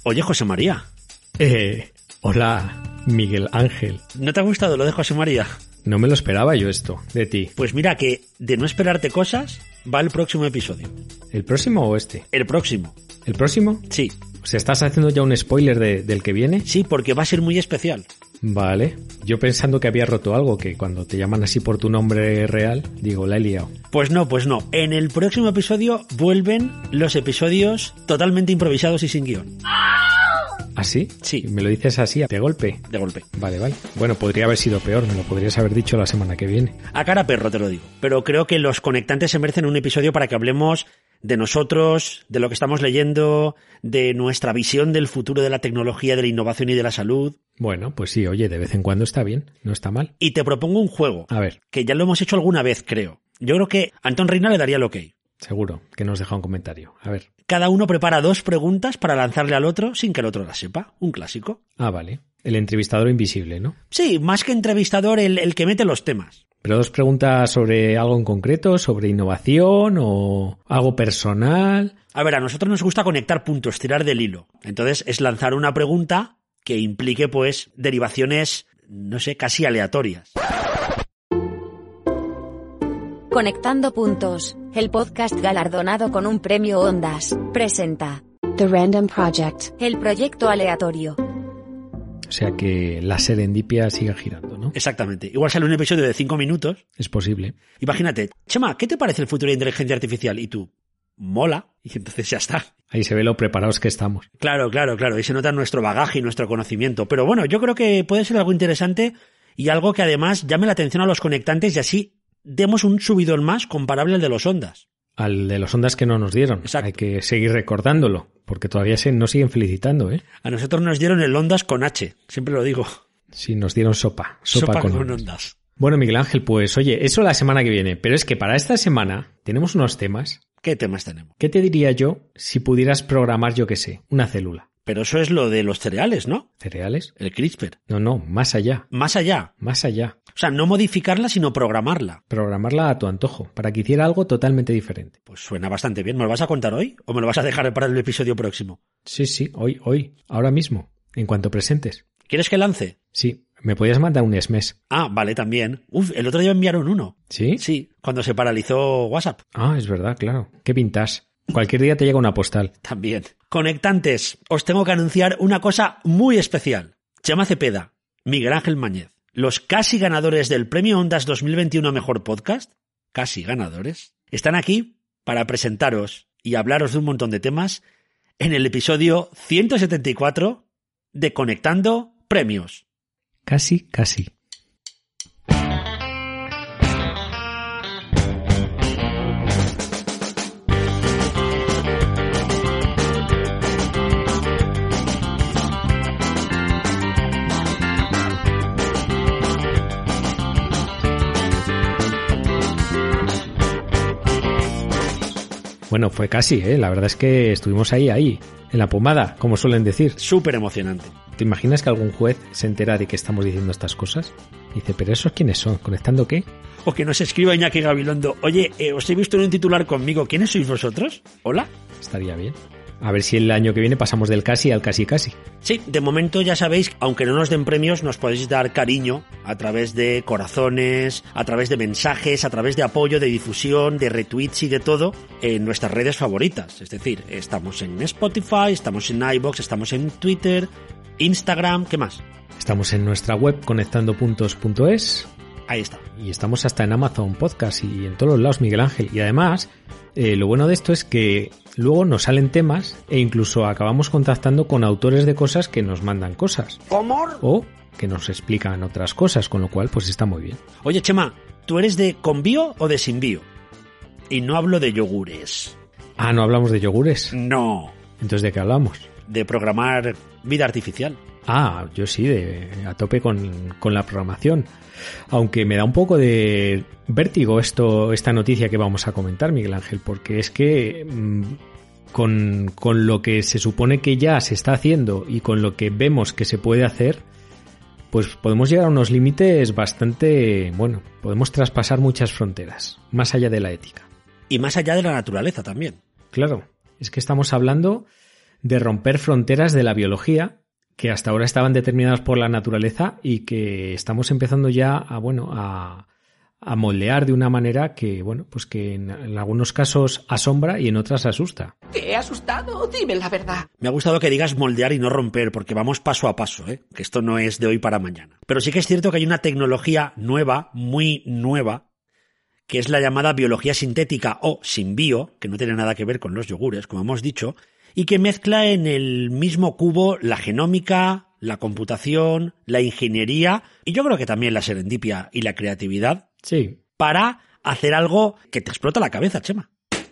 Oye, José María. Hola, Miguel Ángel. ¿No te ha gustado lo de José María? No me lo esperaba yo esto, de ti. Pues mira que de no esperarte cosas va el próximo episodio. ¿El próximo o este? El próximo. ¿El próximo? Sí. O sea, ¿estás haciendo ya un spoiler del que viene? Sí, porque va a ser muy especial. Vale. Yo pensando que había roto algo, que cuando te llaman así por tu nombre real, digo, la he liado. Pues no. En el próximo episodio vuelven los episodios totalmente improvisados y sin guión. ¿Ah, sí? Sí. ¿Me lo dices así, de golpe? De golpe. Vale. Bueno, podría haber sido peor, me lo podrías haber dicho la semana que viene. A cara perro te lo digo. Pero creo que los conectantes se merecen un episodio para que hablemos de nosotros, de lo que estamos leyendo, de nuestra visión del futuro de la tecnología, de la innovación y de la salud. Bueno, pues sí, oye, de vez en cuando está bien, no está mal. Y te propongo un juego. A ver. Que ya lo hemos hecho alguna vez, creo. Yo creo que Antón Reina le daría el ok. Seguro que nos deja un comentario. A ver. Cada uno prepara 2 preguntas para lanzarle al otro sin que el otro las sepa. Un clásico. Ah, vale. El entrevistador invisible, ¿no? Sí, más que entrevistador, el que mete los temas. Pero 2 preguntas sobre algo en concreto, sobre innovación o algo personal. A ver, a nosotros nos gusta conectar puntos, tirar del hilo. Entonces es lanzar una pregunta que implique, pues, derivaciones, no sé, casi aleatorias. Conectando Puntos, el podcast galardonado con un premio Ondas, presenta The Random Project, el proyecto aleatorio. O sea que la serendipia sigue girando, ¿no? Exactamente. Igual sale un episodio de 5 minutos. Es posible. Imagínate, Chema, ¿qué te parece el futuro de la inteligencia artificial? Y tú, mola. Y entonces ya está. Ahí se ve lo preparados que estamos. Claro. Ahí se nota nuestro bagaje y nuestro conocimiento. Pero bueno, yo creo que puede ser algo interesante y algo que además llame la atención a los conectantes y así demos un subidón más comparable al de los Ondas. Al de los Ondas que no nos dieron. Exacto. Hay que seguir recordándolo, porque todavía nos siguen felicitando, ¿eh? A nosotros nos dieron el Ondas con H, siempre lo digo. Sí, nos dieron sopa con Ondas. Bueno, Miguel Ángel, pues oye, eso la semana que viene, pero es que para esta semana tenemos unos temas. ¿Qué temas tenemos? ¿Qué te diría yo si pudieras programar, yo qué sé, una célula? Pero eso es lo de los cereales, ¿no? ¿Cereales? El CRISPR. No, más allá. Más allá. Más allá. O sea, no modificarla, sino programarla. Programarla a tu antojo, para que hiciera algo totalmente diferente. Pues suena bastante bien. ¿Me lo vas a contar hoy o me lo vas a dejar para el episodio próximo? Sí, hoy, ahora mismo, en cuanto presentes. ¿Quieres que lance? Sí, me podías mandar un SMS. Ah, vale, también. El otro día enviaron uno. ¿Sí? Sí, cuando se paralizó WhatsApp. Ah, es verdad, claro. Qué vintage. Cualquier día te llega una postal. También. Conectantes, os tengo que anunciar una cosa muy especial. Chema Cepeda, Miguel Ángel Mañez, los casi ganadores del Premio Ondas 2021 a Mejor Podcast, casi ganadores, están aquí para presentaros y hablaros de un montón de temas en el episodio 174 de Conectando Premios. Casi. Bueno, fue casi, ¿eh? La verdad es que estuvimos ahí, en la pomada, como suelen decir. Súper emocionante. ¿Te imaginas que algún juez se entera de que estamos diciendo estas cosas? Dice, ¿pero esos quiénes son? ¿Conectando qué? O que nos escriba Iñaki Gabilondo. Oye, os he visto en un titular conmigo. ¿Quiénes sois vosotros? ¿Hola? Estaría bien. A ver si el año que viene pasamos del casi al casi. Sí, de momento ya sabéis, aunque no nos den premios, nos podéis dar cariño a través de corazones, a través de mensajes, a través de apoyo, de difusión, de retweets y de todo en nuestras redes favoritas. Es decir, estamos en Spotify, estamos en iVoox, estamos en Twitter, Instagram, ¿qué más? Estamos en nuestra web conectandopuntos.es. Ahí está. Y estamos hasta en Amazon Podcast y en todos los lados, Miguel Ángel. Y además, lo bueno de esto es que luego nos salen temas e incluso acabamos contactando con autores de cosas que nos mandan cosas. ¿Cómo? O que nos explican otras cosas, con lo cual pues está muy bien. Oye, Chema, ¿tú eres de con bio o de sin bio? Y no hablo de yogures. Ah, ¿no hablamos de yogures? No. Entonces, ¿de qué hablamos? De programar vida artificial. Ah, yo sí, a tope con la programación. Aunque me da un poco de vértigo esta noticia que vamos a comentar, Miguel Ángel, porque es que con lo que se supone que ya se está haciendo y con lo que vemos que se puede hacer, pues podemos llegar a unos límites bastante, bueno, podemos traspasar muchas fronteras, más allá de la ética. Y más allá de la naturaleza también. Claro, es que estamos hablando de romper fronteras de la biología que hasta ahora estaban determinadas por la naturaleza y que estamos empezando ya a moldear de una manera que, bueno, pues que en algunos casos asombra y en otras asusta. ¿Te he asustado? Dime la verdad. Me ha gustado que digas moldear y no romper, porque vamos paso a paso, que esto no es de hoy para mañana. Pero sí que es cierto que hay una tecnología nueva, muy nueva, que es la llamada biología sintética o sinbio, que no tiene nada que ver con los yogures, como hemos dicho, y que mezcla en el mismo cubo la genómica, la computación, la ingeniería y yo creo que también la serendipia y la creatividad. Sí. Para hacer algo que te explota la cabeza, Chema.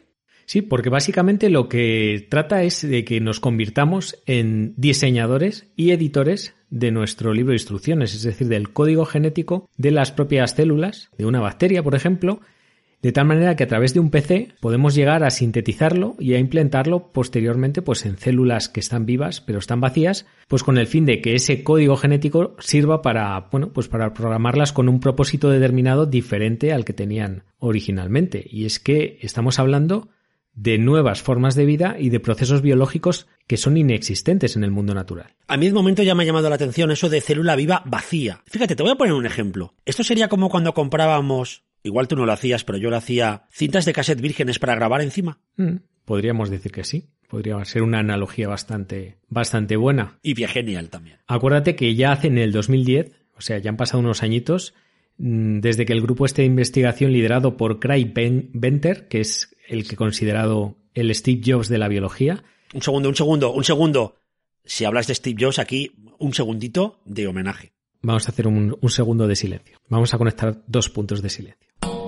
Sí, porque básicamente lo que trata es de que nos convirtamos en diseñadores y editores de nuestro libro de instrucciones, es decir, del código genético de las propias células, de una bacteria, por ejemplo, de tal manera que a través de un PC podemos llegar a sintetizarlo y a implantarlo posteriormente pues en células que están vivas pero están vacías, pues con el fin de que ese código genético sirva para, bueno, pues para programarlas con un propósito determinado diferente al que tenían originalmente. Y es que estamos hablando de nuevas formas de vida y de procesos biológicos que son inexistentes en el mundo natural. A mí de momento ya me ha llamado la atención eso de célula viva vacía. Fíjate, te voy a poner un ejemplo. Esto sería como cuando comprábamos, igual tú no lo hacías, pero yo lo hacía, cintas de cassette vírgenes para grabar encima. Podríamos decir que sí. Podría ser una analogía bastante buena. Y bien genial también. Acuérdate que ya hace en el 2010, o sea, ya han pasado unos añitos, desde que el grupo de investigación liderado por Craig Venter, que es el que considerado el Steve Jobs de la biología. Un segundo. Si hablas de Steve Jobs aquí, un segundito de homenaje. Vamos a hacer un segundo de silencio. Vamos a conectar 2 puntos de silencio.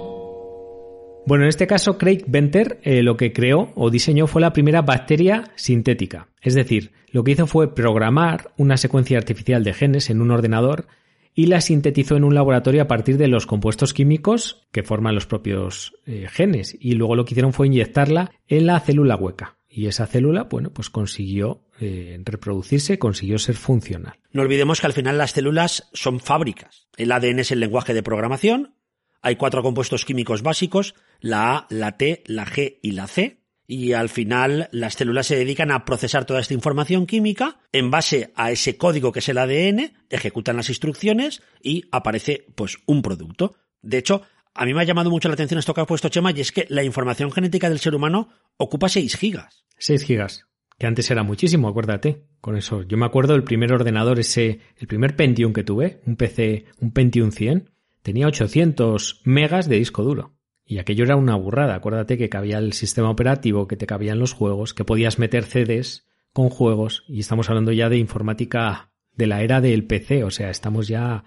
Bueno, en este caso Craig Venter lo que creó o diseñó fue la primera bacteria sintética. Es decir, lo que hizo fue programar una secuencia artificial de genes en un ordenador y la sintetizó en un laboratorio a partir de los compuestos químicos que forman los propios genes. Y luego lo que hicieron fue inyectarla en la célula hueca. Y esa célula, bueno, pues consiguió reproducirse, consiguió ser funcional. No olvidemos que al final las células son fábricas. El ADN es el lenguaje de programación. Hay 4 compuestos químicos básicos, la A, la T, la G y la C. Y al final las células se dedican a procesar toda esta información química. En base a ese código que es el ADN, ejecutan las instrucciones y aparece pues un producto. De hecho, a mí me ha llamado mucho la atención esto que ha puesto Chema, y es que la información genética del ser humano ocupa 6 gigas. 6 gigas, que antes era muchísimo, acuérdate. Con eso, yo me acuerdo del primer ordenador el primer Pentium que tuve, un PC, un Pentium 100, tenía 800 megas de disco duro. Y aquello era una burrada. Acuérdate que cabía el sistema operativo, que te cabían los juegos, que podías meter CDs con juegos. Y estamos hablando ya de informática de la era del PC. O sea, estamos ya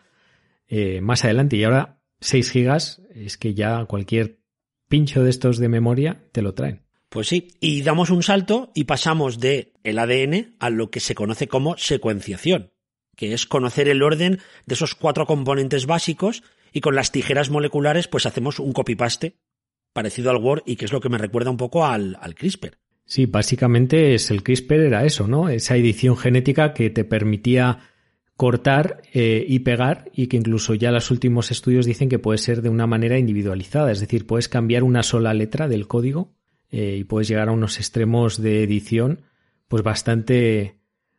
más adelante. Y ahora 6 gigas es que ya cualquier pincho de estos de memoria te lo traen. Pues sí, y damos un salto y pasamos de el ADN a lo que se conoce como secuenciación, que es conocer el orden de esos 4 componentes básicos. Y con las tijeras moleculares pues hacemos un copy-paste parecido al Word y que es lo que me recuerda un poco al CRISPR. Sí, básicamente el CRISPR era eso, ¿no? Esa edición genética que te permitía cortar y pegar y que incluso ya los últimos estudios dicen que puede ser de una manera individualizada. Es decir, puedes cambiar una sola letra del código y puedes llegar a unos extremos de edición pues bastante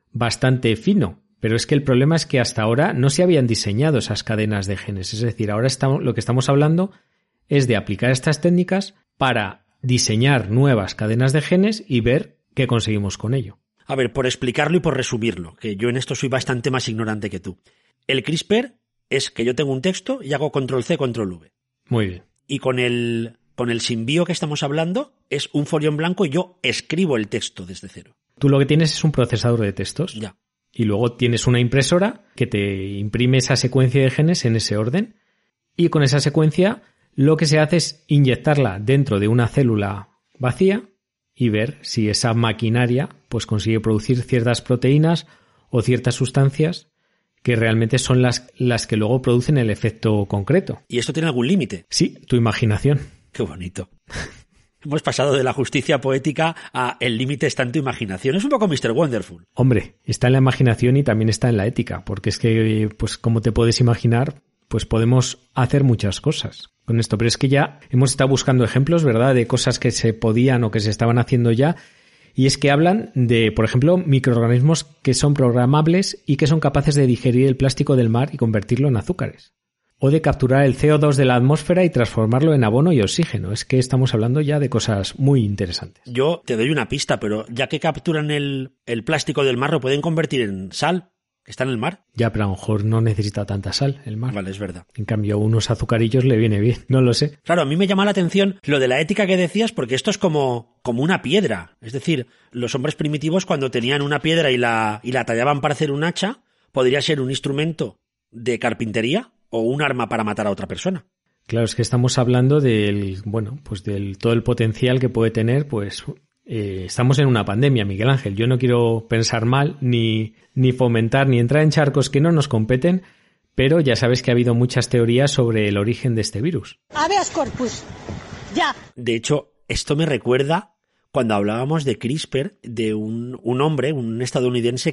fino. Pero es que el problema es que hasta ahora no se habían diseñado esas cadenas de genes. Es decir, ahora lo que estamos hablando es de aplicar estas técnicas para diseñar nuevas cadenas de genes y ver qué conseguimos con ello. A ver, por explicarlo y por resumirlo, que yo en esto soy bastante más ignorante que tú. El CRISPR es que yo tengo un texto y hago control-C, control-V. Muy bien. Y con el sinbio que estamos hablando es un folio en blanco y yo escribo el texto desde cero. Tú lo que tienes es un procesador de textos. Ya. Y luego tienes una impresora que te imprime esa secuencia de genes en ese orden. Y con esa secuencia lo que se hace es inyectarla dentro de una célula vacía y ver si esa maquinaria pues consigue producir ciertas proteínas o ciertas sustancias que realmente son las que luego producen el efecto concreto. ¿Y esto tiene algún límite? Sí, tu imaginación. Qué bonito. Hemos pasado de la justicia poética a el límite está en tu imaginación. Es un poco Mr. Wonderful. Hombre, está en la imaginación y también está en la ética, porque es que, pues como te puedes imaginar, pues podemos hacer muchas cosas con esto. Pero es que ya hemos estado buscando ejemplos, ¿verdad?, de cosas que se podían o que se estaban haciendo ya. Y es que hablan de, por ejemplo, microorganismos que son programables y que son capaces de digerir el plástico del mar y convertirlo en azúcares. O de capturar el CO2 de la atmósfera y transformarlo en abono y oxígeno. Es que estamos hablando ya de cosas muy interesantes. Yo te doy una pista, pero ya que capturan el plástico del mar, lo pueden convertir en sal, que está en el mar. Ya, pero a lo mejor no necesita tanta sal el mar. Vale, es verdad. En cambio, unos azucarillos le viene bien, no lo sé. Claro, a mí me llama la atención lo de la ética que decías, porque esto es como una piedra. Es decir, los hombres primitivos cuando tenían una piedra y la tallaban para hacer un hacha, podría ser un instrumento de carpintería o un arma para matar a otra persona. Claro, es que estamos hablando del todo el potencial que puede tener, estamos en una pandemia, Miguel Ángel. Yo no quiero pensar mal, ni fomentar, ni entrar en charcos que no nos competen, pero ya sabes que ha habido muchas teorías sobre el origen de este virus. Habeas corpus, ya. De hecho, esto me recuerda cuando hablábamos de CRISPR, de un hombre, un estadounidense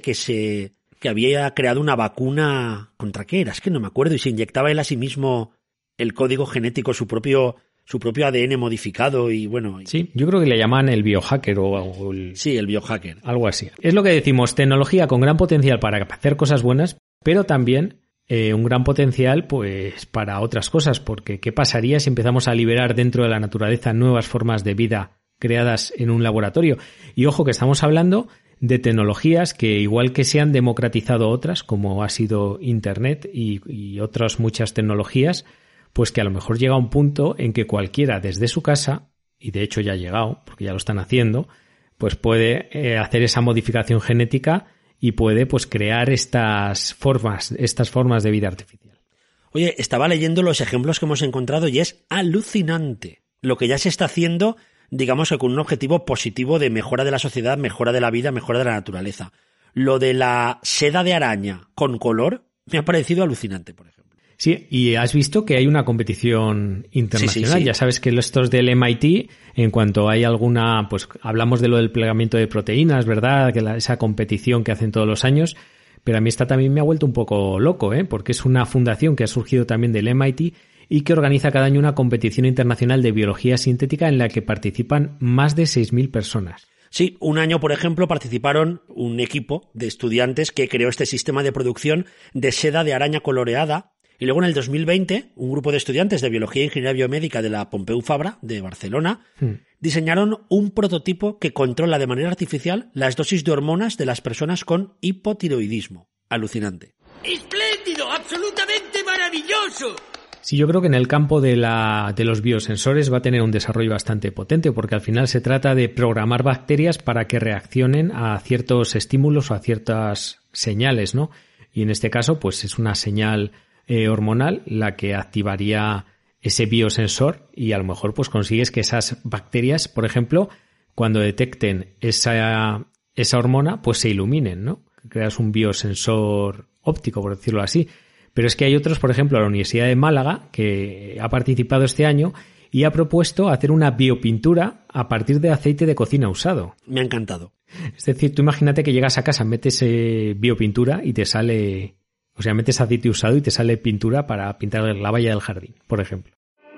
que había creado una vacuna ¿contra qué era? Es que no me acuerdo, y se inyectaba él a sí mismo el código genético, su propio ADN modificado y bueno... Sí, yo creo que le llaman el biohacker Sí, el biohacker. Algo así. Es lo que decimos, tecnología con gran potencial para hacer cosas buenas, pero también un gran potencial pues para otras cosas, porque ¿qué pasaría si empezamos a liberar dentro de la naturaleza nuevas formas de vida creadas en un laboratorio? Y ojo que estamos hablando de tecnologías que igual que se han democratizado otras, como ha sido Internet y otras muchas tecnologías, pues que a lo mejor llega un punto en que cualquiera desde su casa, y de hecho ya ha llegado, porque ya lo están haciendo, pues puede hacer esa modificación genética y puede pues crear estas formas de vida artificial. Oye, estaba leyendo los ejemplos que hemos encontrado y es alucinante lo que ya se está haciendo, digamos que con un objetivo positivo de mejora de la sociedad, mejora de la vida, mejora de la naturaleza. Lo de la seda de araña con color me ha parecido alucinante, por ejemplo. Sí, y has visto que hay una competición internacional. Sí. Ya sabes que estos del MIT, en cuanto hay alguna, pues hablamos de lo del plegamiento de proteínas, ¿verdad? Que esa competición que hacen todos los años. Pero a mí esta también me ha vuelto un poco loco, porque es una fundación que ha surgido también del MIT y que organiza cada año una competición internacional de biología sintética en la que participan más de 6.000 personas. Sí, un año, por ejemplo, participaron un equipo de estudiantes que creó este sistema de producción de seda de araña coloreada. Y luego en el 2020, un grupo de estudiantes de Biología e Ingeniería Biomédica de la Pompeu Fabra, de Barcelona, diseñaron un prototipo que controla de manera artificial las dosis de hormonas de las personas con hipotiroidismo. Alucinante. ¡Espléndido! ¡Absolutamente maravilloso! Sí, yo creo que en el campo de los biosensores va a tener un desarrollo bastante potente, porque al final se trata de programar bacterias para que reaccionen a ciertos estímulos o a ciertas señales, ¿no? Y en este caso, pues es una señal hormonal la que activaría ese biosensor y a lo mejor pues consigues que esas bacterias, por ejemplo, cuando detecten esa hormona, pues se iluminen, ¿no? Creas un biosensor óptico, por decirlo así. Pero es que hay otros, por ejemplo, la Universidad de Málaga, que ha participado este año y ha propuesto hacer una biopintura a partir de aceite de cocina usado. Me ha encantado. Es decir, tú imagínate que llegas a casa, metes biopintura y te sale... O sea, metes aceite usado y te sale pintura para pintar la valla del jardín, por ejemplo.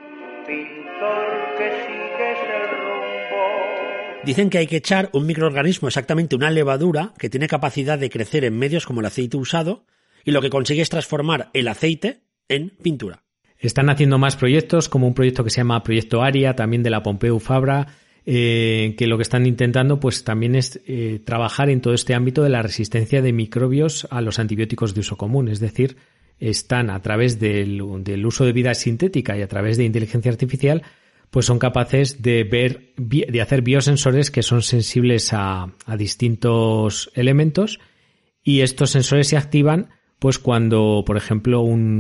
Dicen que hay que echar un microorganismo, exactamente una levadura, que tiene capacidad de crecer en medios como el aceite usado, y lo que consigue es transformar el aceite en pintura. Están haciendo más proyectos, como un proyecto que se llama Proyecto Aria, también de la Pompeu Fabra, que lo que están intentando pues también es trabajar en todo este ámbito de la resistencia de microbios a los antibióticos de uso común. Es decir, están a través del uso de vida sintética y a través de inteligencia artificial, pues son capaces de hacer biosensores que son sensibles a distintos elementos, y estos sensores se activan pues cuando, por ejemplo,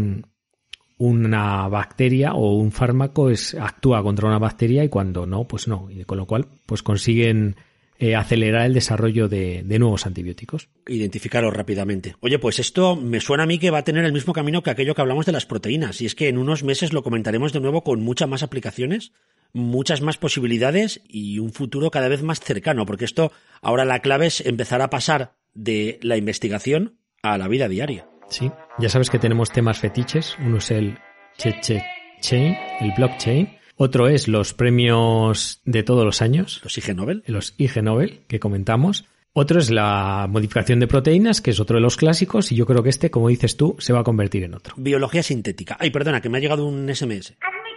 una bacteria o un fármaco actúa contra una bacteria y cuando no, pues no. Y con lo cual, pues consiguen acelerar el desarrollo de nuevos antibióticos. Identificarlos rápidamente. Oye, pues esto me suena a mí que va a tener el mismo camino que aquello que hablamos de las proteínas. Y es que en unos meses lo comentaremos de nuevo con muchas más aplicaciones, muchas más posibilidades y un futuro cada vez más cercano. Porque esto, ahora la clave es empezar a pasar de la investigación a la vida diaria. Sí, ya sabes que tenemos temas fetiches. Uno es el chain, el blockchain, Otro es los premios de todos los años. Los IG Nobel. Los IG Nobel, que comentamos. Otro es la modificación de proteínas, que es otro de los clásicos, y yo creo que este, como dices tú, se va a convertir en otro. Biología sintética. Ay, perdona, que me ha llegado un SMS. Hazme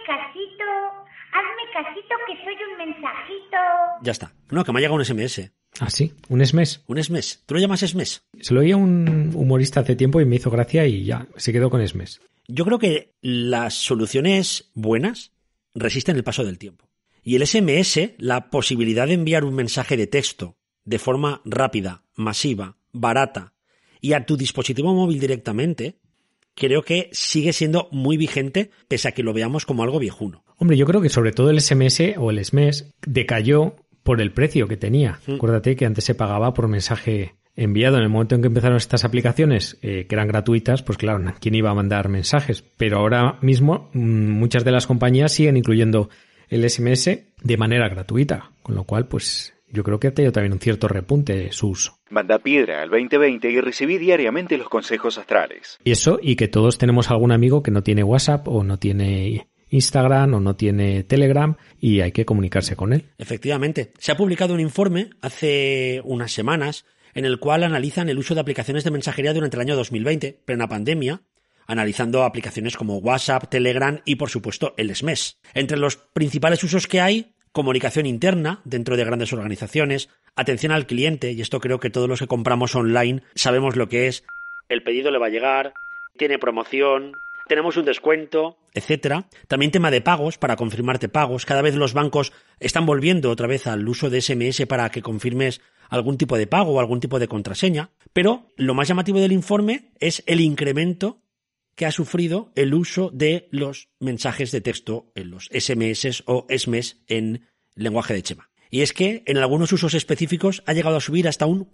casito, que soy un mensajito. Ya está. No, que me ha llegado un SMS. Ah, sí, un SMS. Un SMS. ¿Tú lo llamas SMS? Se lo oía un humorista hace tiempo y me hizo gracia y ya, se quedó con SMS. Yo creo que las soluciones buenas resisten el paso del tiempo. Y el SMS, la posibilidad de enviar un mensaje de texto de forma rápida, masiva, barata y a tu dispositivo móvil directamente, creo que sigue siendo muy vigente pese a que lo veamos como algo viejuno. Hombre, yo creo que sobre todo el SMS o el SMS decayó por el precio que tenía. Acuérdate que antes se pagaba por mensaje enviado. En el momento en que empezaron estas aplicaciones, que eran gratuitas, pues claro, ¿quién iba a mandar mensajes? Pero ahora mismo muchas de las compañías siguen incluyendo el SMS de manera gratuita, con lo cual pues yo creo que ha tenido también un cierto repunte de su uso. Manda piedra al 2020 y recibí diariamente los consejos astrales. Y eso, y que todos tenemos algún amigo que no tiene WhatsApp o no tiene Instagram o no tiene Telegram y hay que comunicarse con él. Efectivamente. Se ha publicado un informe hace unas semanas en el cual analizan el uso de aplicaciones de mensajería durante el año 2020, plena pandemia, analizando aplicaciones como WhatsApp, Telegram y, por supuesto, el SMS. Entre los principales usos que hay, comunicación interna dentro de grandes organizaciones, atención al cliente, y esto creo que todos los que compramos online sabemos lo que es. El pedido le va a llegar, tiene promoción, tenemos un descuento, etcétera. También tema de pagos, para confirmarte pagos. Cada vez los bancos están volviendo otra vez al uso de SMS para que confirmes algún tipo de pago o algún tipo de contraseña. Pero lo más llamativo del informe es el incremento que ha sufrido el uso de los mensajes de texto en los SMS o SMS en lenguaje de Chema. Y es que en algunos usos específicos ha llegado a subir hasta un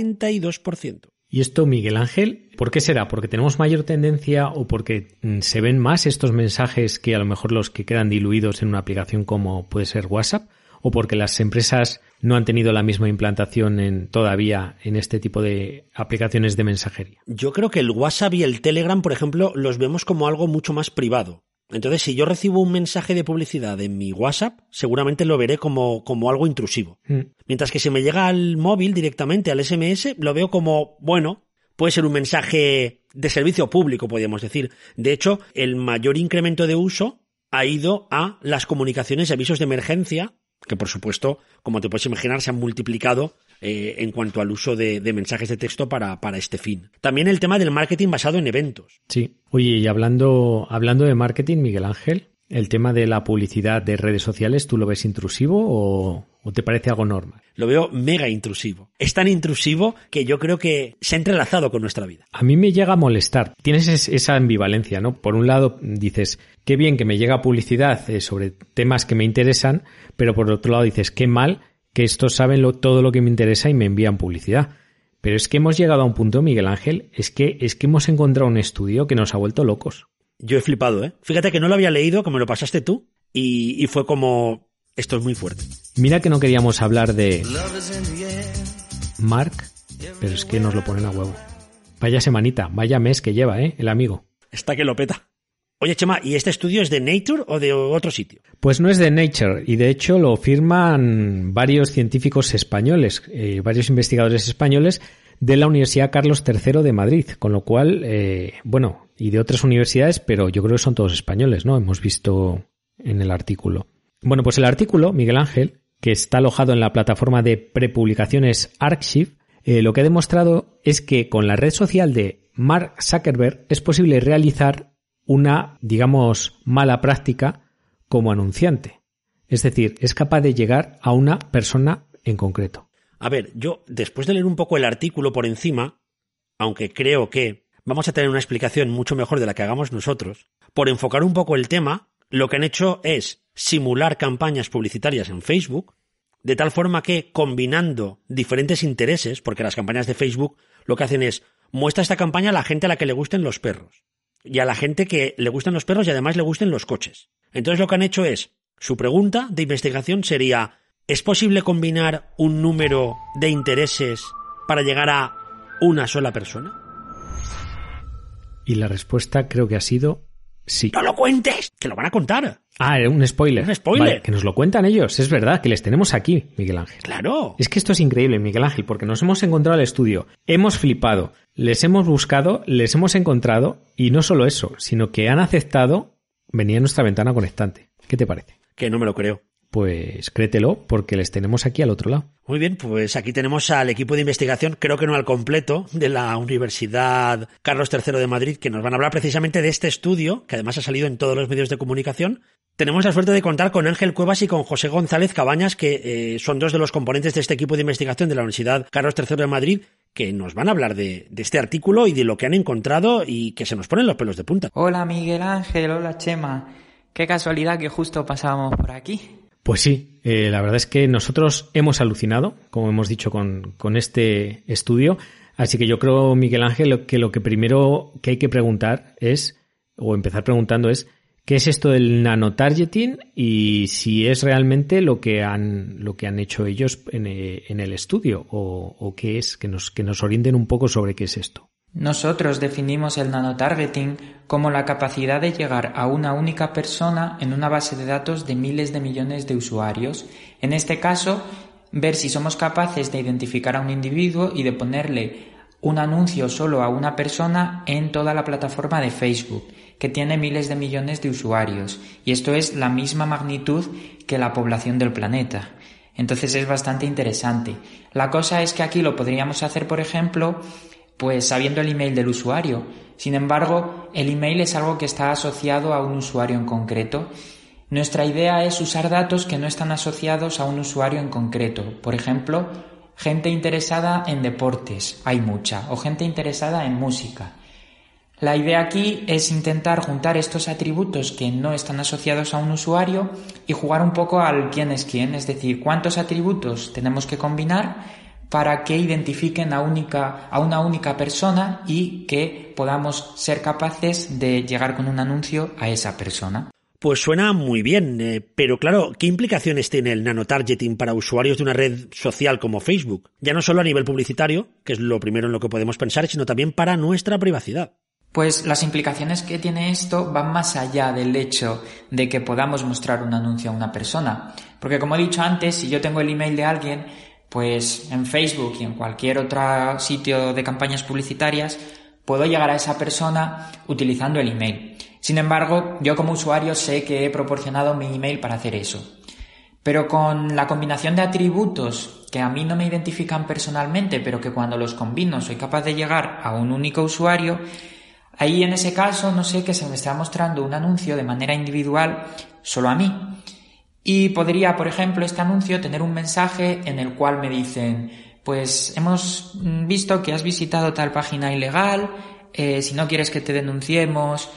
42%. ¿Y esto, Miguel Ángel, por qué será? ¿Porque tenemos mayor tendencia o porque se ven más estos mensajes que a lo mejor los que quedan diluidos en una aplicación como puede ser WhatsApp? ¿O porque las empresas no han tenido la misma implantación todavía en este tipo de aplicaciones de mensajería? Yo creo que el WhatsApp y el Telegram, por ejemplo, los vemos como algo mucho más privado. Entonces, si yo recibo un mensaje de publicidad en mi WhatsApp, seguramente lo veré como algo intrusivo. Mientras que si me llega al móvil directamente, al SMS, lo veo como, bueno, puede ser un mensaje de servicio público, podríamos decir. De hecho, el mayor incremento de uso ha ido a las comunicaciones y avisos de emergencia, que por supuesto, como te puedes imaginar, se han multiplicado en cuanto al uso de mensajes de texto para este fin. También el tema del marketing basado en eventos. Sí. Oye, y hablando de marketing, Miguel Ángel, el tema de la publicidad de redes sociales, ¿tú lo ves intrusivo o te parece algo normal? Lo veo mega intrusivo. Es tan intrusivo que yo creo que se ha entrelazado con nuestra vida. A mí me llega a molestar. Tienes esa ambivalencia, ¿no? Por un lado dices, qué bien que me llega publicidad sobre temas que me interesan, pero por otro lado dices, qué mal que estos saben todo lo que me interesa y me envían publicidad. Pero es que hemos llegado a un punto, Miguel Ángel, es que hemos encontrado un estudio que nos ha vuelto locos. Yo he flipado, ¿eh? Fíjate que no lo había leído, que me lo pasaste tú, y fue como, esto es muy fuerte. Mira que no queríamos hablar de Mark, pero es que nos lo ponen a huevo. Vaya semanita, vaya mes que lleva, el amigo. Está que lo peta. Oye, Chema, ¿y este estudio es de Nature o de otro sitio? Pues no es de Nature, y de hecho lo firman varios científicos españoles, varios investigadores españoles de la Universidad Carlos III de Madrid, con lo cual, y de otras universidades, pero yo creo que son todos españoles, ¿no? Hemos visto en el artículo. Bueno, pues el artículo, Miguel Ángel, que está alojado en la plataforma de prepublicaciones Arxiv, lo que ha demostrado es que con la red social de Mark Zuckerberg es posible realizar una, digamos, mala práctica como anunciante. Es decir, es capaz de llegar a una persona en concreto. A ver, yo, después de leer un poco el artículo por encima, aunque creo que vamos a tener una explicación mucho mejor de la que hagamos nosotros, por enfocar un poco el tema, lo que han hecho es simular campañas publicitarias en Facebook, de tal forma que combinando diferentes intereses, porque las campañas de Facebook lo que hacen es, muestra esta campaña a la gente a la que le gusten los perros, y a la gente que le gusten los perros y además le gusten los coches. Entonces lo que han hecho es, su pregunta de investigación sería, ¿es posible combinar un número de intereses para llegar a una sola persona? Y la respuesta creo que ha sido sí. ¡No lo cuentes! ¡Que lo van a contar! Ah, era un spoiler. Un spoiler. Vale, que nos lo cuentan ellos. Es verdad, que les tenemos aquí, Miguel Ángel. Claro. Es que esto es increíble, Miguel Ángel, porque nos hemos encontrado al estudio. Hemos flipado, les hemos buscado, les hemos encontrado, y no solo eso, sino que han aceptado venir a nuestra ventana conectante. ¿Qué te parece? Que no me lo creo. Pues créetelo, porque les tenemos aquí al otro lado. Muy bien, pues aquí tenemos al equipo de investigación, creo que no al completo, de la Universidad Carlos III de Madrid, que nos van a hablar precisamente de este estudio, que además ha salido en todos los medios de comunicación. Tenemos la suerte de contar con Ángel Cuevas y con José González Cabañas, que son dos de los componentes de este equipo de investigación de la Universidad Carlos III de Madrid, que nos van a hablar de este artículo y de lo que han encontrado y que se nos ponen los pelos de punta. Hola Miguel Ángel, hola Chema. Qué casualidad que justo pasábamos por aquí. Pues sí, la verdad es que nosotros hemos alucinado, como hemos dicho, con este estudio. Así que yo creo, Miguel Ángel, que lo que primero que hay que preguntar es, o empezar preguntando es, ¿qué es esto del nanotargeting y si es realmente lo que han hecho ellos en el estudio o qué es? Que nos orienten un poco sobre qué es esto. Nosotros definimos el nanotargeting como la capacidad de llegar a una única persona en una base de datos de miles de millones de usuarios. En este caso, ver si somos capaces de identificar a un individuo y de ponerle un anuncio solo a una persona en toda la plataforma de Facebook, que tiene miles de millones de usuarios. Y esto es la misma magnitud que la población del planeta. Entonces es bastante interesante. La cosa es que aquí lo podríamos hacer, por ejemplo, pues sabiendo el email del usuario. Sin embargo, el email es algo que está asociado a un usuario en concreto. Nuestra idea es usar datos que no están asociados a un usuario en concreto. Por ejemplo, gente interesada en deportes, hay mucha, o gente interesada en música. La idea aquí es intentar juntar estos atributos que no están asociados a un usuario y jugar un poco al quién es quién, es decir, cuántos atributos tenemos que combinar para que identifiquen a una única persona y que podamos ser capaces de llegar con un anuncio a esa persona. Pues suena muy bien, pero claro, ¿qué implicaciones tiene el nanotargeting para usuarios de una red social como Facebook? Ya no solo a nivel publicitario, que es lo primero en lo que podemos pensar, sino también para nuestra privacidad. Pues las implicaciones que tiene esto van más allá del hecho de que podamos mostrar un anuncio a una persona. Porque como he dicho antes, si yo tengo el email de alguien, pues en Facebook y en cualquier otro sitio de campañas publicitarias puedo llegar a esa persona utilizando el email. Sin embargo, yo como usuario sé que he proporcionado mi email para hacer eso. Pero con la combinación de atributos que a mí no me identifican personalmente, pero que cuando los combino soy capaz de llegar a un único usuario, ahí en ese caso no sé que se me está mostrando un anuncio de manera individual solo a mí. Y podría, por ejemplo, este anuncio tener un mensaje en el cual me dicen, pues hemos visto que has visitado tal página ilegal, si no quieres que te denunciemos,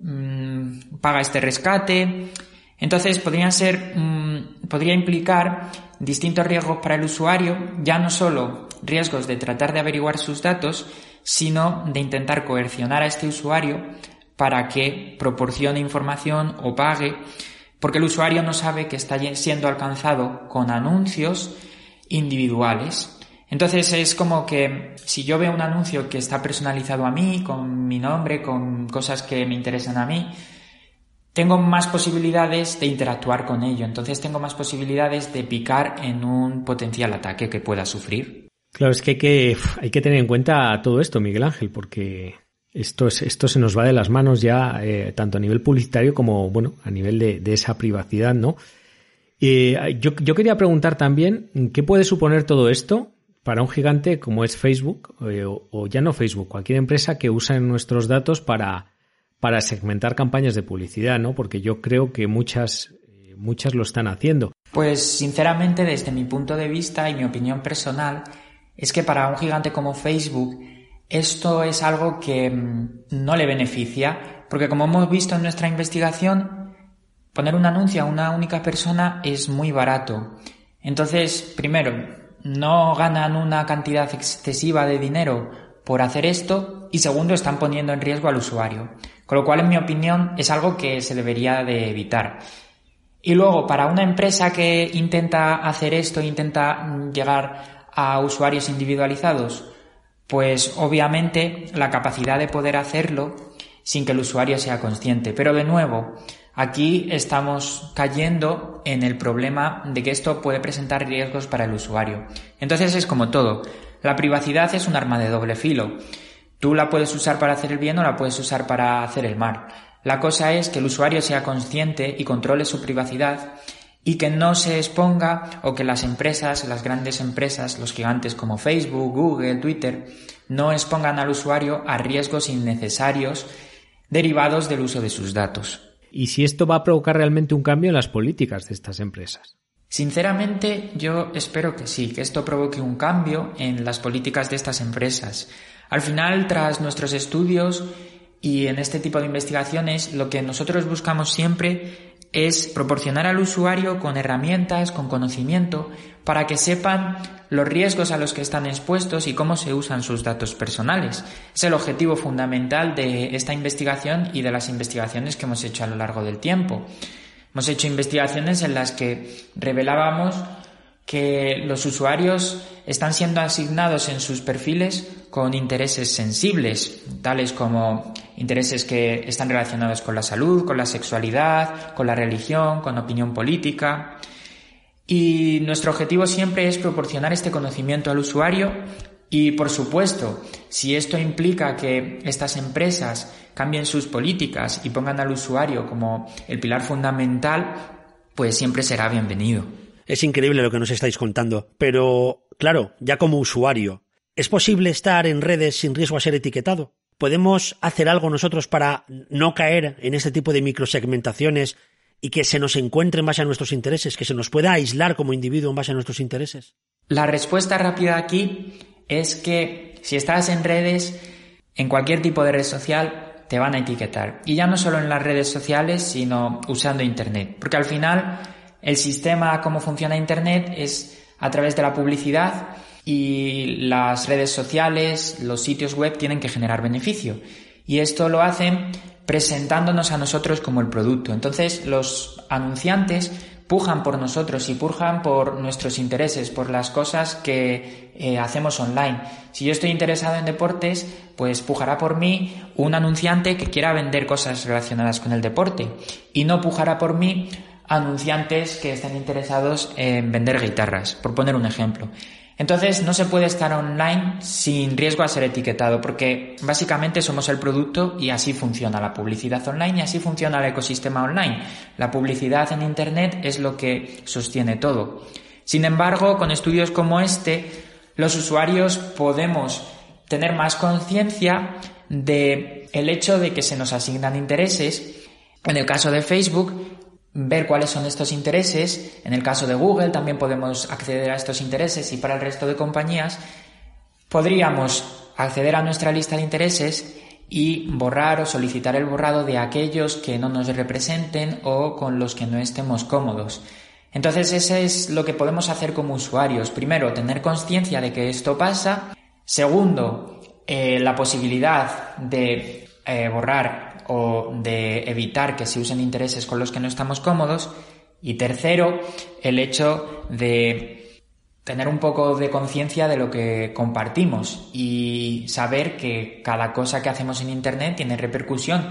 paga este rescate. Entonces podría implicar distintos riesgos para el usuario, ya no solo riesgos de tratar de averiguar sus datos, sino de intentar coercionar a este usuario para que proporcione información o pague, porque el usuario no sabe que está siendo alcanzado con anuncios individuales. Entonces es como que si yo veo un anuncio que está personalizado a mí, con mi nombre, con cosas que me interesan a mí, tengo más posibilidades de interactuar con ello. Entonces tengo más posibilidades de picar en un potencial ataque que pueda sufrir. Claro, es que hay que tener en cuenta todo esto, Miguel Ángel, porque esto se nos va de las manos ya, tanto a nivel publicitario como, bueno, a nivel de esa privacidad, ¿no? Yo quería preguntar también, ¿qué puede suponer todo esto para un gigante como es Facebook, o ya no Facebook, cualquier empresa que usa nuestros datos para segmentar campañas de publicidad, ¿no? Porque yo creo que muchas lo están haciendo. Pues sinceramente, desde mi punto de vista y mi opinión personal, es que para un gigante como Facebook esto es algo que no le beneficia, porque como hemos visto en nuestra investigación, poner un anuncio a una única persona es muy barato. Entonces, primero, no ganan una cantidad excesiva de dinero por hacer esto, y segundo, están poniendo en riesgo al usuario. Con lo cual, en mi opinión, es algo que se debería de evitar. Y luego, para una empresa que intenta hacer esto, intenta llegar a usuarios individualizados, pues obviamente la capacidad de poder hacerlo sin que el usuario sea consciente. Pero de nuevo, Aquí estamos cayendo en el problema de que esto puede presentar riesgos para el usuario. Entonces es como todo. La privacidad es un arma de doble filo. Tú la puedes usar para hacer el bien o la puedes usar para hacer el mal. La cosa es que el usuario sea consciente y controle su privacidad y que no se exponga, o que las empresas, las grandes empresas, los gigantes como Facebook, Google, Twitter, no expongan al usuario a riesgos innecesarios derivados del uso de sus datos. ¿Y si esto va a provocar realmente un cambio en las políticas de estas empresas? Sinceramente, yo espero que sí, que esto provoque un cambio en las políticas de estas empresas. Al final, tras nuestros estudios y en este tipo de investigaciones, lo que nosotros buscamos siempre es proporcionar al usuario con herramientas, con conocimiento, para que sepan los riesgos a los que están expuestos y cómo se usan sus datos personales. Es el objetivo fundamental de esta investigación y de las investigaciones que hemos hecho a lo largo del tiempo. Hemos hecho investigaciones en las que revelábamos que los usuarios están siendo asignados en sus perfiles con intereses sensibles, tales como intereses que están relacionados con la salud, con la sexualidad, con la religión, con opinión política. Y nuestro objetivo siempre es proporcionar este conocimiento al usuario y, por supuesto, si esto implica que estas empresas cambien sus políticas y pongan al usuario como el pilar fundamental, pues siempre será bienvenido. Es increíble lo que nos estáis contando, pero, claro, ya como usuario, ¿es posible estar en redes sin riesgo a ser etiquetado? ¿Podemos hacer algo nosotros para no caer en este tipo de microsegmentaciones y que se nos encuentre en base a nuestros intereses, que se nos pueda aislar como individuo en base a nuestros intereses? La respuesta rápida aquí es que si estás en redes, en cualquier tipo de red social, te van a etiquetar. Y ya no solo en las redes sociales, sino usando Internet. Porque al final, el sistema, cómo funciona Internet, es a través de la publicidad, y las redes sociales, los sitios web tienen que generar beneficio. Y esto lo hacen presentándonos a nosotros como el producto. Entonces, los anunciantes pujan por nosotros y pujan por nuestros intereses, por las cosas que hacemos online. Si yo estoy interesado en deportes, pues pujará por mí un anunciante que quiera vender cosas relacionadas con el deporte, y no pujará por mí anunciantes que estén interesados en vender guitarras, por poner un ejemplo. Entonces no se puede estar online sin riesgo a ser etiquetado, porque básicamente somos el producto y así funciona la publicidad online y así funciona el ecosistema online. La publicidad en Internet es lo que sostiene todo. Sin embargo, con estudios como este, los usuarios podemos tener más conciencia de el hecho de que se nos asignan intereses. En el caso de Facebook, ver cuáles son estos intereses. En el caso de Google también podemos acceder a estos intereses, y para el resto de compañías podríamos acceder a nuestra lista de intereses y borrar o solicitar el borrado de aquellos que no nos representen o con los que no estemos cómodos. Entonces, eso es lo que podemos hacer como usuarios. Primero, tener conciencia de que esto pasa. Segundo, la posibilidad de borrar o de evitar que se usen intereses con los que no estamos cómodos. Y tercero, el hecho de tener un poco de conciencia de lo que compartimos y saber que cada cosa que hacemos en Internet tiene repercusión,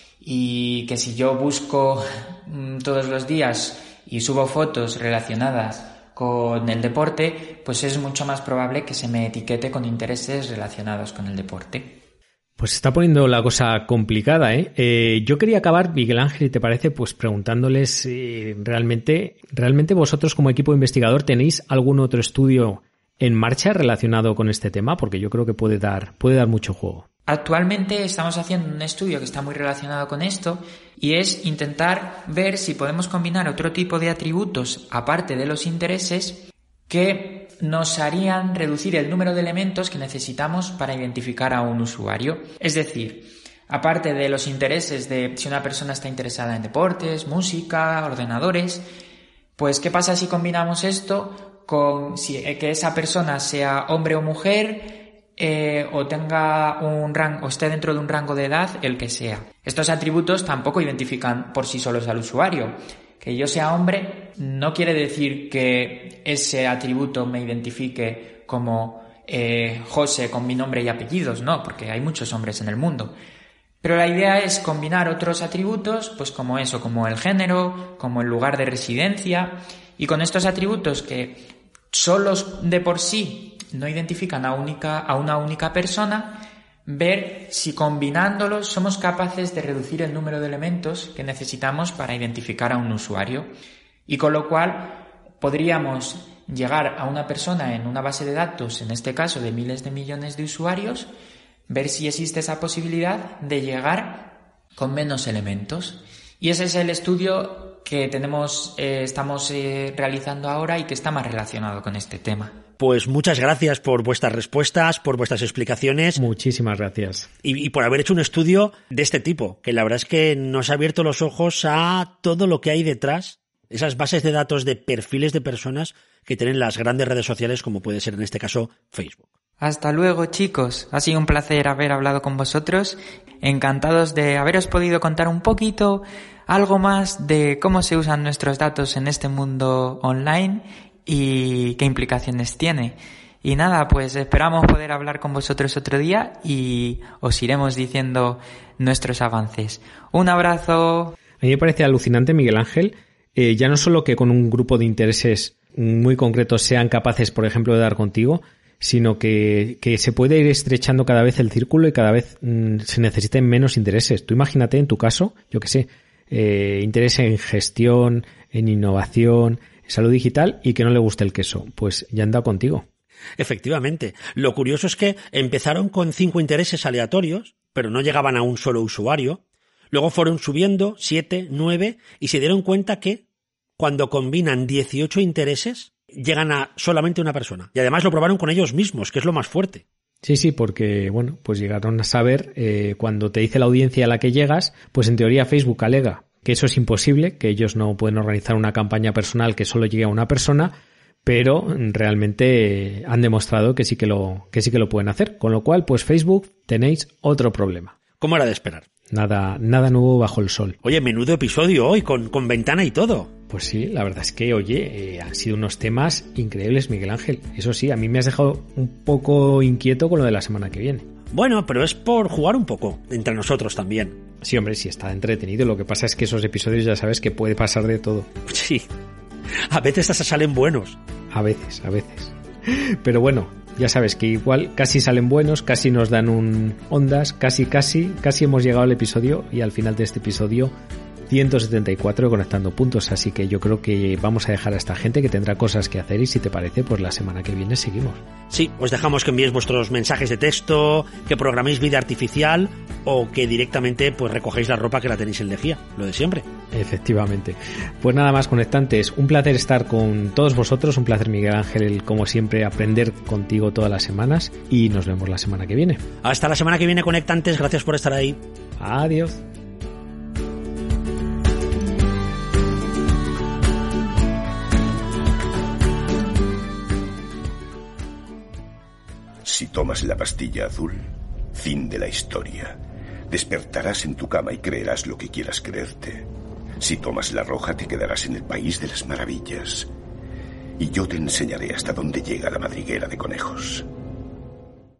y que si yo busco todos los días y subo fotos relacionadas con el deporte, pues es mucho más probable que se me etiquete con intereses relacionados con el deporte. Pues se está poniendo la cosa complicada, ¿eh? Yo quería acabar, Miguel Ángel, ¿te parece? Pues preguntándoles ¿realmente vosotros como equipo investigador tenéis algún otro estudio en marcha relacionado con este tema? Porque yo creo que puede dar mucho juego. Actualmente estamos haciendo un estudio que está muy relacionado con esto, y es intentar ver si podemos combinar otro tipo de atributos aparte de los intereses que nos harían reducir el número de elementos que necesitamos para identificar a un usuario. Es decir, aparte de los intereses de si una persona está interesada en deportes, música, ordenadores, pues ¿qué pasa si combinamos esto con que esa persona sea hombre o mujer, o tenga un rango, o esté dentro de un rango de edad, el que sea? Estos atributos tampoco identifican por sí solos al usuario. Que yo sea hombre no quiere decir que ese atributo me identifique como José con mi nombre y apellidos, no, porque hay muchos hombres en el mundo. Pero la idea es combinar otros atributos, pues como eso, como el género, como el lugar de residencia, y con estos atributos que solos de por sí no identifican a una única persona, ver si combinándolos somos capaces de reducir el número de elementos que necesitamos para identificar a un usuario, y con lo cual podríamos llegar a una persona en una base de datos, en este caso de miles de millones de usuarios, ver si existe esa posibilidad de llegar con menos elementos. Y ese es el estudio que estamos realizando ahora y que está más relacionado con este tema. Pues muchas gracias por vuestras respuestas, por vuestras explicaciones. Muchísimas gracias. Y por haber hecho un estudio de este tipo, que la verdad es que nos ha abierto los ojos a todo lo que hay detrás, esas bases de datos de perfiles de personas que tienen las grandes redes sociales, como puede ser en este caso Facebook. Hasta luego, chicos. Ha sido un placer haber hablado con vosotros. Encantados de haberos podido contar un poquito, algo más de cómo se usan nuestros datos en este mundo online y qué implicaciones tiene. Y nada, pues esperamos poder hablar con vosotros otro día y os iremos diciendo nuestros avances. Un abrazo. A mí me parece alucinante, Miguel Ángel, ya no solo que con un grupo de intereses muy concretos sean capaces, por ejemplo, de dar contigo, sino que se puede ir estrechando cada vez el círculo y cada vez se necesiten menos intereses. Tú imagínate en tu caso, yo qué sé, interés en gestión, en innovación, en salud digital y que no le guste el queso. Pues ya han dado contigo. Efectivamente. Lo curioso es que empezaron con 5 intereses aleatorios, pero no llegaban a un solo usuario. Luego fueron subiendo 7, 9 y se dieron cuenta que cuando combinan 18 intereses llegan a solamente una persona. Y además lo probaron con ellos mismos, que es lo más fuerte. Sí, porque, bueno, pues llegaron a saber, cuando te dice la audiencia a la que llegas, pues en teoría Facebook alega que eso es imposible, que ellos no pueden organizar una campaña personal que solo llegue a una persona, pero realmente han demostrado que sí que lo pueden hacer. Con lo cual, pues Facebook, tenéis otro problema. ¿Cómo era de esperar? Nada nuevo bajo el sol. Oye, menudo episodio hoy, con ventana y todo. Pues sí, la verdad es que, oye, han sido unos temas increíbles, Miguel Ángel. Eso sí, a mí me has dejado un poco inquieto con lo de la semana que viene. Bueno, pero es por jugar un poco, entre nosotros también. Sí, hombre, sí está entretenido. Lo que pasa es que esos episodios ya sabes que puede pasar de todo. Sí, a veces hasta salen buenos. A veces. Pero bueno, ya sabes que igual casi salen buenos, casi nos dan un ondas, casi hemos llegado al episodio y al final de este episodio 174 Conectando Puntos, así que yo creo que vamos a dejar a esta gente que tendrá cosas que hacer y si te parece, pues la semana que viene seguimos. Sí, os dejamos que enviéis vuestros mensajes de texto, que programéis vida artificial o que directamente pues recogéis la ropa que la tenéis en lejía, lo de siempre. Efectivamente. Pues nada más, conectantes, un placer estar con todos vosotros, un placer, Miguel Ángel, como siempre, aprender contigo todas las semanas y nos vemos la semana que viene. Hasta la semana que viene, conectantes, gracias por estar ahí. Adiós. Si tomas la pastilla azul, fin de la historia. Despertarás en tu cama y creerás lo que quieras creerte. Si tomas la roja, te quedarás en el país de las maravillas. Y yo te enseñaré hasta dónde llega la madriguera de conejos.